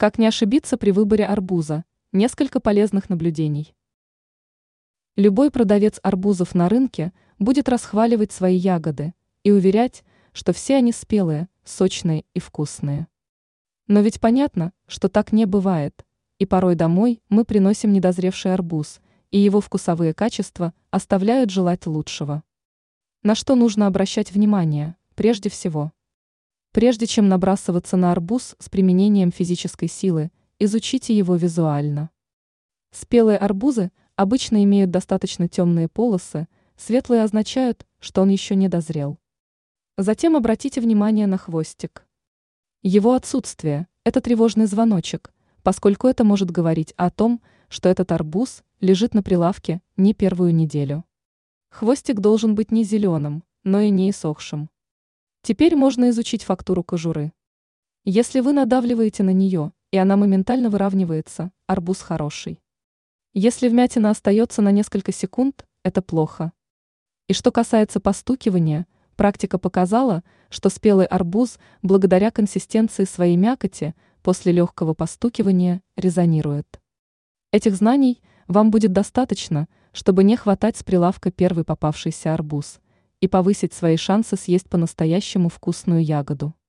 Как не ошибиться при выборе арбуза? Несколько полезных наблюдений. Любой продавец арбузов на рынке будет расхваливать свои ягоды и уверять, что все они спелые, сочные и вкусные. Но ведь понятно, что так не бывает, и порой домой мы приносим недозревший арбуз, и его вкусовые качества оставляют желать лучшего. На что нужно обращать внимание, прежде всего? Прежде чем набрасываться на арбуз с применением физической силы, изучите его визуально. Спелые арбузы обычно имеют достаточно темные полосы, светлые означают, что он еще не дозрел. Затем обратите внимание на хвостик. Его отсутствие – это тревожный звоночек, поскольку это может говорить о том, что этот арбуз лежит на прилавке не первую неделю. Хвостик должен быть не зеленым, но и не иссохшим. Теперь можно изучить фактуру кожуры. Если вы надавливаете на нее, и она моментально выравнивается, арбуз хороший. Если вмятина остается на несколько секунд, это плохо. И что касается постукивания, практика показала, что спелый арбуз, благодаря консистенции своей мякоти, после легкого постукивания резонирует. Этих знаний вам будет достаточно, чтобы не хватать с прилавка первый попавшийся арбуз и повысить свои шансы съесть по-настоящему вкусную ягоду.